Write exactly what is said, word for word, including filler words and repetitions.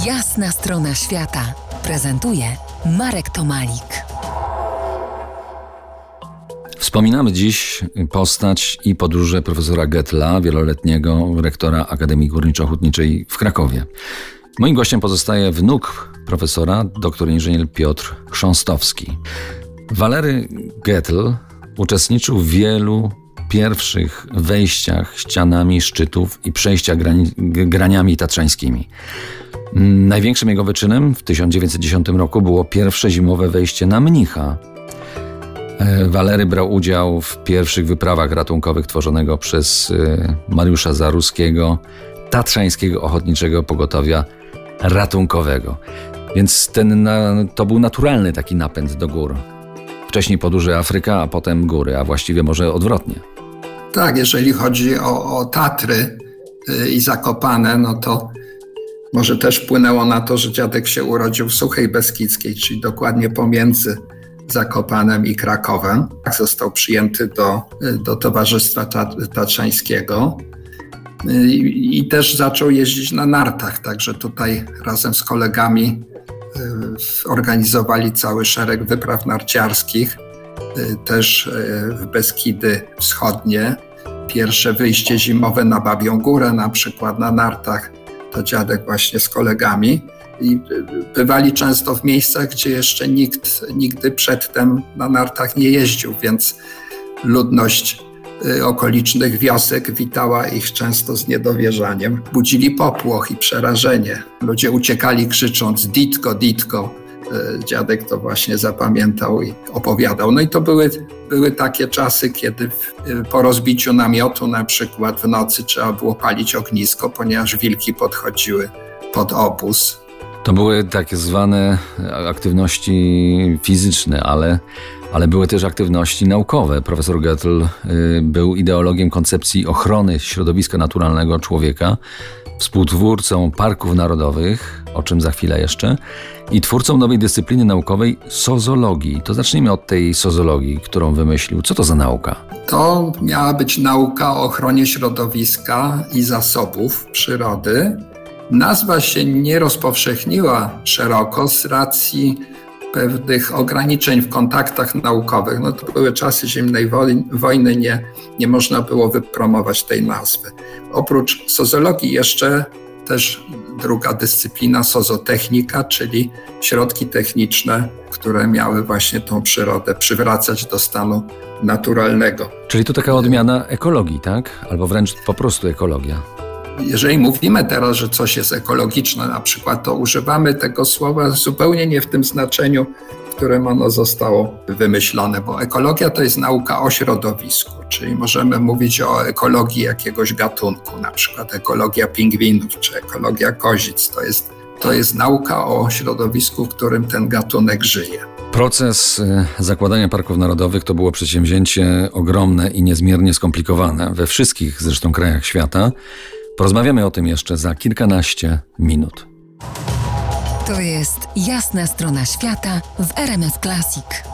Jasna strona świata prezentuje Marek Tomalik. Wspominamy dziś postać i podróże profesora Goethla, wieloletniego rektora Akademii Górniczo-Hutniczej w Krakowie. Moim gościem pozostaje wnuk profesora, doktor inżynier Piotr Chrząstowski. Walery Goethl uczestniczył w wielu pierwszych wejściach ścianami szczytów i przejścia grani- graniami tatrzańskimi. Największym jego wyczynem w tysiąc dziewięćset dziesiątym roku było pierwsze zimowe wejście na Mnicha. Walery brał udział w pierwszych wyprawach ratunkowych tworzonego przez Mariusza Zaruskiego, Tatrzańskiego Ochotniczego Pogotowia Ratunkowego. Więc ten na, to był naturalny taki napęd do gór. Wcześniej podróże Afryka, a potem góry, a właściwie może odwrotnie. Tak, jeżeli chodzi o, o Tatry yy, i Zakopane, no to może też wpłynęło na to, że dziadek się urodził w Suchej Beskidzkiej, czyli dokładnie pomiędzy Zakopanem i Krakowem. Został przyjęty do, do Towarzystwa Tatrzańskiego i, i też zaczął jeździć na nartach, także tutaj razem z kolegami organizowali cały szereg wypraw narciarskich, też w Beskidy Wschodnie. Pierwsze wyjście zimowe na Babią Górę, na przykład na nartach, to dziadek właśnie z kolegami. I bywali często w miejscach, gdzie jeszcze nikt nigdy przedtem na nartach nie jeździł, więc ludność okolicznych wiosek witała ich często z niedowierzaniem. Budzili popłoch i przerażenie. Ludzie uciekali krzycząc ditko, ditko. Dziadek to właśnie zapamiętał i opowiadał. No i to były, były takie czasy, kiedy w, po rozbiciu namiotu na przykład w nocy trzeba było palić ognisko, ponieważ wilki podchodziły pod obóz. To były takie zwane aktywności fizyczne, ale, ale były też aktywności naukowe. Profesor Goethl y, był ideologiem koncepcji ochrony środowiska naturalnego człowieka, współtwórcą parków narodowych, o czym za chwilę jeszcze, i twórcą nowej dyscypliny naukowej sozologii. To zacznijmy od tej sozologii, którą wymyślił. Co to za nauka? To miała być nauka o ochronie środowiska i zasobów przyrody. Nazwa się nie rozpowszechniła szeroko z racji pewnych ograniczeń w kontaktach naukowych. No to były czasy zimnej wojny, nie, nie można było wypromować tej nazwy. Oprócz sozologii jeszcze też druga dyscyplina, sozotechnika, czyli środki techniczne, które miały właśnie tą przyrodę przywracać do stanu naturalnego. Czyli to taka odmiana ekologii, tak? Albo wręcz po prostu ekologia. Jeżeli mówimy teraz, że coś jest ekologiczne na przykład, to używamy tego słowa zupełnie nie w tym znaczeniu, w którym ono zostało wymyślone, bo ekologia to jest nauka o środowisku, czyli możemy mówić o ekologii jakiegoś gatunku, na przykład ekologia pingwinów czy ekologia kozic. To jest, to jest nauka o środowisku, w którym ten gatunek żyje. Proces zakładania parków narodowych to było przedsięwzięcie ogromne i niezmiernie skomplikowane we wszystkich zresztą krajach świata. Porozmawiamy o tym jeszcze za kilkanaście minut. To jest Jasna strona świata w R M F Classic.